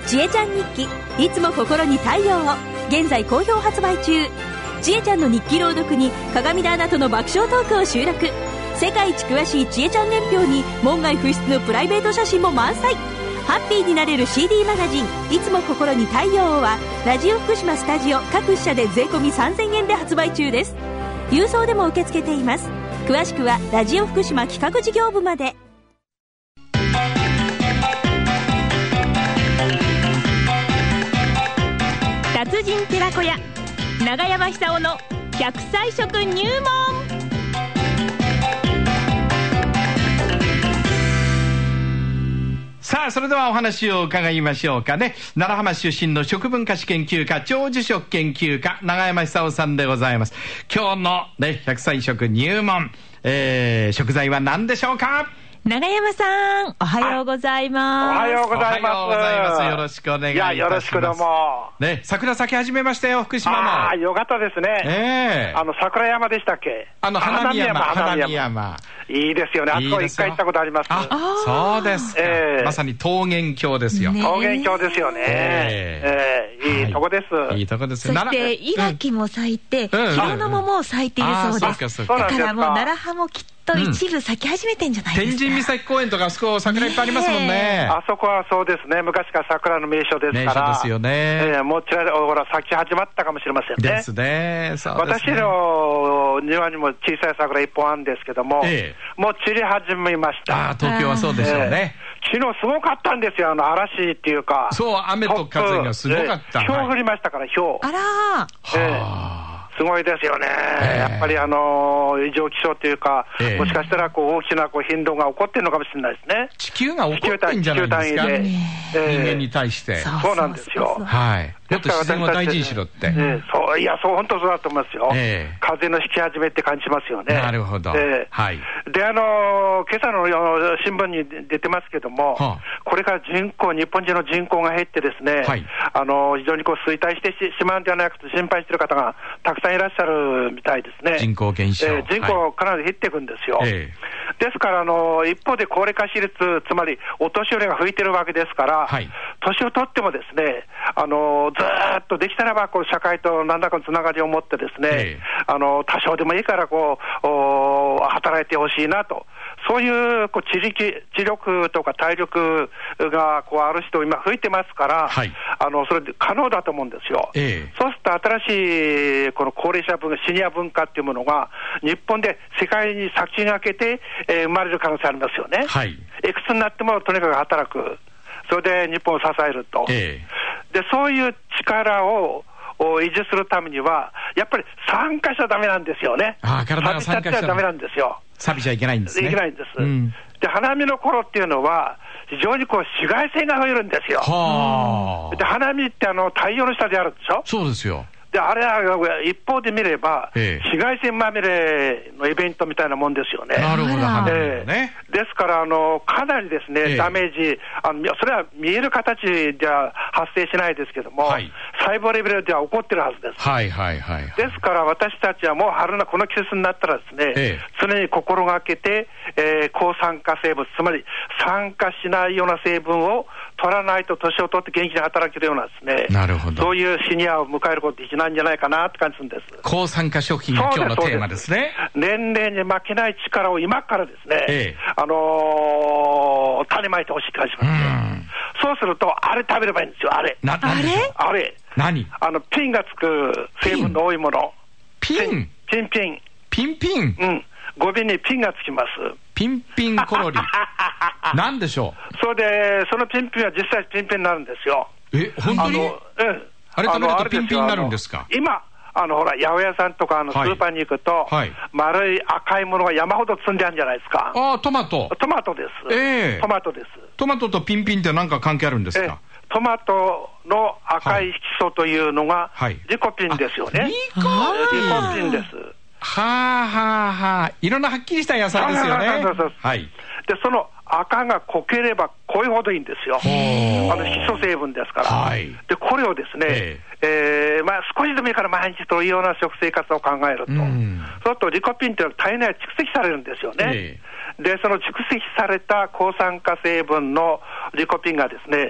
ちえちゃん日記いつも心に太陽を現在好評発売中。ちえちゃんの日記朗読に鏡田アナとの爆笑トークを収録。世界一詳しいちえちゃん年表に門外不出のプライベート写真も満載。ハッピーになれる CD マガジンいつも心に太陽をはラジオ福島スタジオ各支社で税込み3000円で発売中です。郵送でも受け付けています。詳しくはラジオ福島企画事業部まで。達人寺子屋長山久夫の100歳食入門。 さあ、それではお話を伺いましょうかね。奈良浜出身の食文化史研究家、長寿食研究家、長山久夫さんでございます。今日のね、100歳食入門、食材は何でしょうか？ 長山さん、おはようございます。 おはようございます。 おはようございます。よろしくお願いいたします。 いや、よろしくどうも。 ね、桜咲き始めましたよ、福島も。 ああ、よかったですね。桜山でしたっけ？ 花見山。 いいですよね。あそこ一回行ったことあります。 そうですか。まさに桃源郷ですよ。 桃源郷ですよね。いいとこです。 いいとこです。 そして岩木も咲いて、広野ももう咲いているそうです。だからもう奈良葉もきっと一部咲き始めてんじゃないですか。 天神岬公園とかあそこ桜いっぱいありますもんね。 あそこはそうですね。昔から桜の名所ですから。 名所ですよね。 もうちらほら咲き始まったかもしれませんね。 ですね。 私の庭にも小さい桜一本あるんですけども、もう散り始めました。 東京はそうでしょうね。 昨日すごかったんですよ、嵐っていうか。 そう、雨と風がすごかった。 氷降りましたから、氷。 あらすごいですよね。やっぱり異常気象というか、もしかしたら大きな変動が起こってるのかもしれないですね。 地球が起こってんじゃないですか。人間に対して。 そうなんですよ。 はい。もっと自然を大事にしろって。 そう、いや、そう、本当そうだと思いますよ。風の引き始めって感じますよね。 なるほど。はい。 で、今朝の新聞に出てますけども、これから日本人の人口が減ってですね、非常に衰退してしまうんではないかと心配している方がたくさんいらっしゃるみたいですね。 人口減少。 人口かなり減っていくんですよ。ですから、一方で高齢化比率、つまりお年寄りが増えてるわけですから、年を取ってもですね、ずーっとできたらば社会と何らかのつながりを持ってですね、多少でもいいから働いてほしいなと。そういう知力とか体力がある人今増えてますから、それで可能だと思うんですよ。そうすると新しいこの高齢者文化、シニア文化っていうものが日本で世界に先駆けて、生まれる可能性ありますよね。いくつになってもとにかく働く。それで日本を支えると。で、そういう力を維持するためにはやっぱり参加しちゃダメなんですよね。 体が参加しちゃダメなんですよ。 錆びちゃいけないんですね。 いけないんです。で、花見の頃っていうのは非常に紫外線が増えるんですよ。で、花見って太陽の下でやるでしょ。 そうですよ。 で、あれは一方で見れば、紫外線まみれのイベントみたいなもんですよね。 なるほど、 ですから、かなりですね、ダメージ、それは見える形では発生しないですけども、細胞レベルでは起こってるはずです。ですから、私たちはもうこの季節になったらですね、常に心がけて、抗酸化成分、つまり酸化しないような成分を取らないと年を取って元気に働けるようなですね、そういうシニアを迎えることできないんじゃないかなって感じするんです。 抗酸化食品が今日のテーマですね。 年齢に負けない力を今からですね、種まいてほしいって感じしますね。そうするとあれ食べればいいんですよ。あれ何ピンがつく成分の多いもの。ピン語尾にピンがつきます。 ピンピンコロリなんでしょう。 それでそのピンピンは実際ピンピンになるんですよ。 本当に？あれ食べるとピンピンになるんですか？ 今ほら八百屋さんとかスーパーに行くと、丸い赤いものが山ほど積んであるんじゃないですか。 トマトです。 トマトです。 トマトとピンピンって何か関係あるんですか？ トマトの赤い色素というのがリコピンですよね。リコピンです。 いろんなはっきりした野菜ですよね。 で、その赤が濃ければ濃いほどいいんですよ。色素成分ですから。で、これをですね、少しでもいいから毎日というような食生活を考えると、そうするとリコピンというのは体内蓄積されるんですよね。で、その蓄積された抗酸化成分のリコピンがですね、ず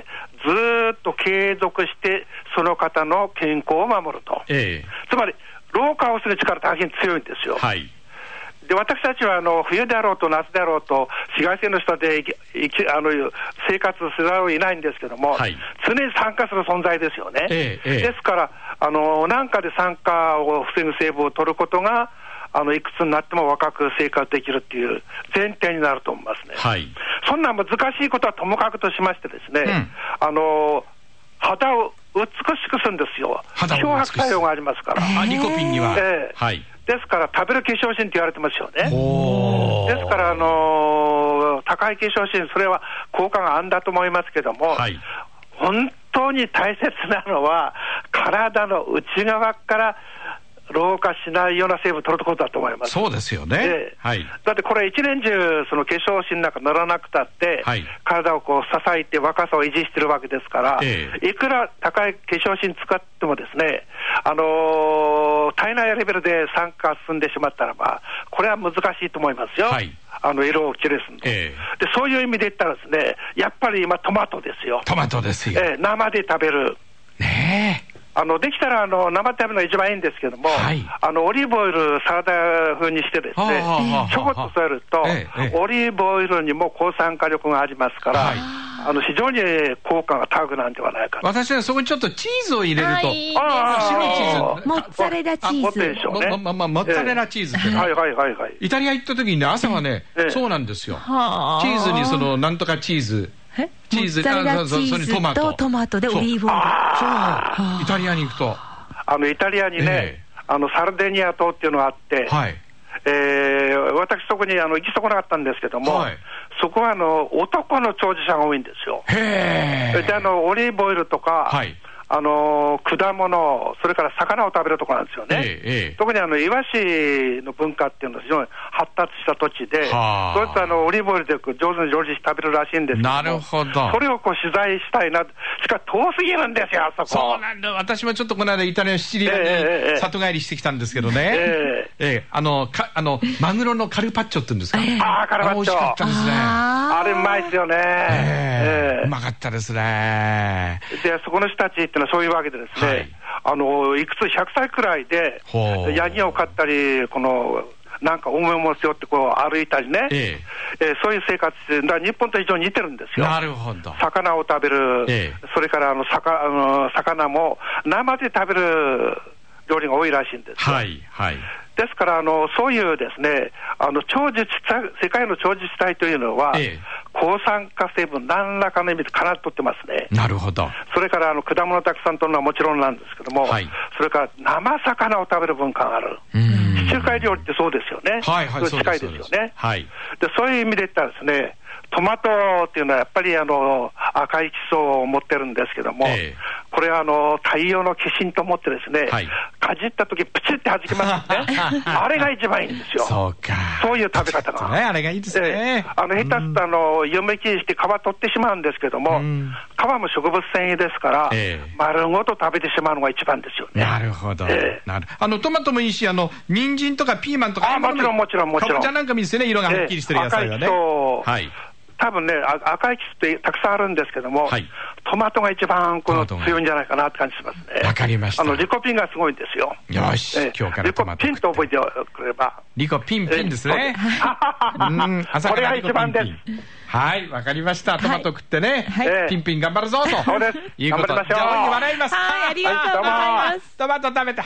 っと継続してその方の健康を守ると、つまり老化をする力大変強いんですよ。で私たちは冬であろうと夏であろうと紫外線の下で生活せざるを得ないんですけども、常に酸化する存在ですよね。ですからなんかで酸化を防ぐ成分を取ることがいくつになっても若く生活できるっていう前提になると思いますね。そんな難しいことはともかくとしましてですね、肌を美しくするんですよ。漂白作用がありますから。 リコピンには。 ですから食べる化粧品って言われてますよね。ですから高い化粧品、それは効果があるんだと思いますけども、本当に大切なのは体の内側から老化しないような成分を取ることだと思います。 そうですよね。 だってこれ一年中その化粧品なんか塗らなくたって、体をこう支えて若さを維持してるわけですから、いくら高い化粧品使ってもですね、体内レベルで酸化が進んでしまったらばこれは難しいと思いますよ。色をきれいするの、でそういう意味で言ったらですね、やっぱり今トマトですよ。生で食べるできたら生で食べるのが一番いいんですけども、オリーブオイルサラダ風にしてですね、ちょこっと添えると、オリーブオイルにも抗酸化力がありますから、非常に効果が高くなんではないかと。 私はそこにちょっとチーズを入れると、白いチーズ、 モッツァレラチーズ、 モッツァレラチーズってイタリア行った時にね、朝はね、そうなんですよ。チーズにそのなんとかチーズ、 モッツァレラチーズとトマトでオリーブオイル。 そう、イタリアに行くとイタリアにね、サルデニア島っていうのがあって、私そこに行き損なかったんですけども、そこは男の長寿者が多いんですよ。でオリーブオイルとか、果物、それから魚を食べるところなんですよね。特にイワシの文化っていうのは非常に発達した土地で、そうやってオリーブオイルで上手に料理して食べるらしいんですけども、 なるほど。 それを取材したいな。しか遠すぎるんですよ、あそこ。 そうなんだ。私もちょっとこの間イタリアシチリアに里帰りしてきたんですけどね、マグロのカルパッチョって言うんですか。 カルパッチョ、 美味しかったですね。 あれうまいですよね。 うまかったですね。 でそこの人たちってのはそういうわけでですね、いくつ100歳くらいでヤギを飼ったり、なんか重いものを背負って歩いたりね、そういう生活だから日本と非常に似てるんですよ。 なるほど。 魚を食べる、それから魚も生で食べる料理が多いらしいんですよ。ですからそういうですね、世界の長寿地帯というのは、抗酸化成分何らかの意味でかなり取ってますね。 なるほど。 それから果物をたくさん取るのはもちろんなんですけども、それから生魚を食べる文化がある。地中海料理ってそうですよね。近いですよね。でそういう意味で言ったらですね、トマトっていうのはやっぱり赤い基礎を持ってるんですけども、これは太陽の化身と思ってですね、かじった時プチって弾きますよね。あれが一番いいんですよ。そういう食べ方が、 あれがいいですね。 下手すと湯むきして皮取ってしまうんですけども、皮も植物繊維ですから、丸ごと食べてしまうのが一番ですよね。 なるほど。トマトもいいし、人参とかピーマンとか、 もちろんもちろん。 かぼちゃなんか見ですね、色がはっきりしてる野菜がね。 多分ね、赤い基礎ってたくさんあるんですけども、トマトが一番強いんじゃないかなって感じしますね。 わかりました。 リコピンがすごいんですよ。 よし、今日からトマト。 リコピンと覚えてくれば。 リコピンですね。 これが一番です。 はい、わかりました。トマト食ってね、ピンピン頑張るぞと。 そうです。 いうこと。 頑張りましょう。 上手に笑います。 ありがとうございます。 トマト食べて、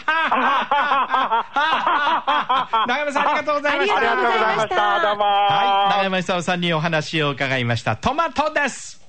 長山さんありがとうございました。 ありがとうございました。どうも。 はい、長山久夫さんにお話を伺いました。トマトです。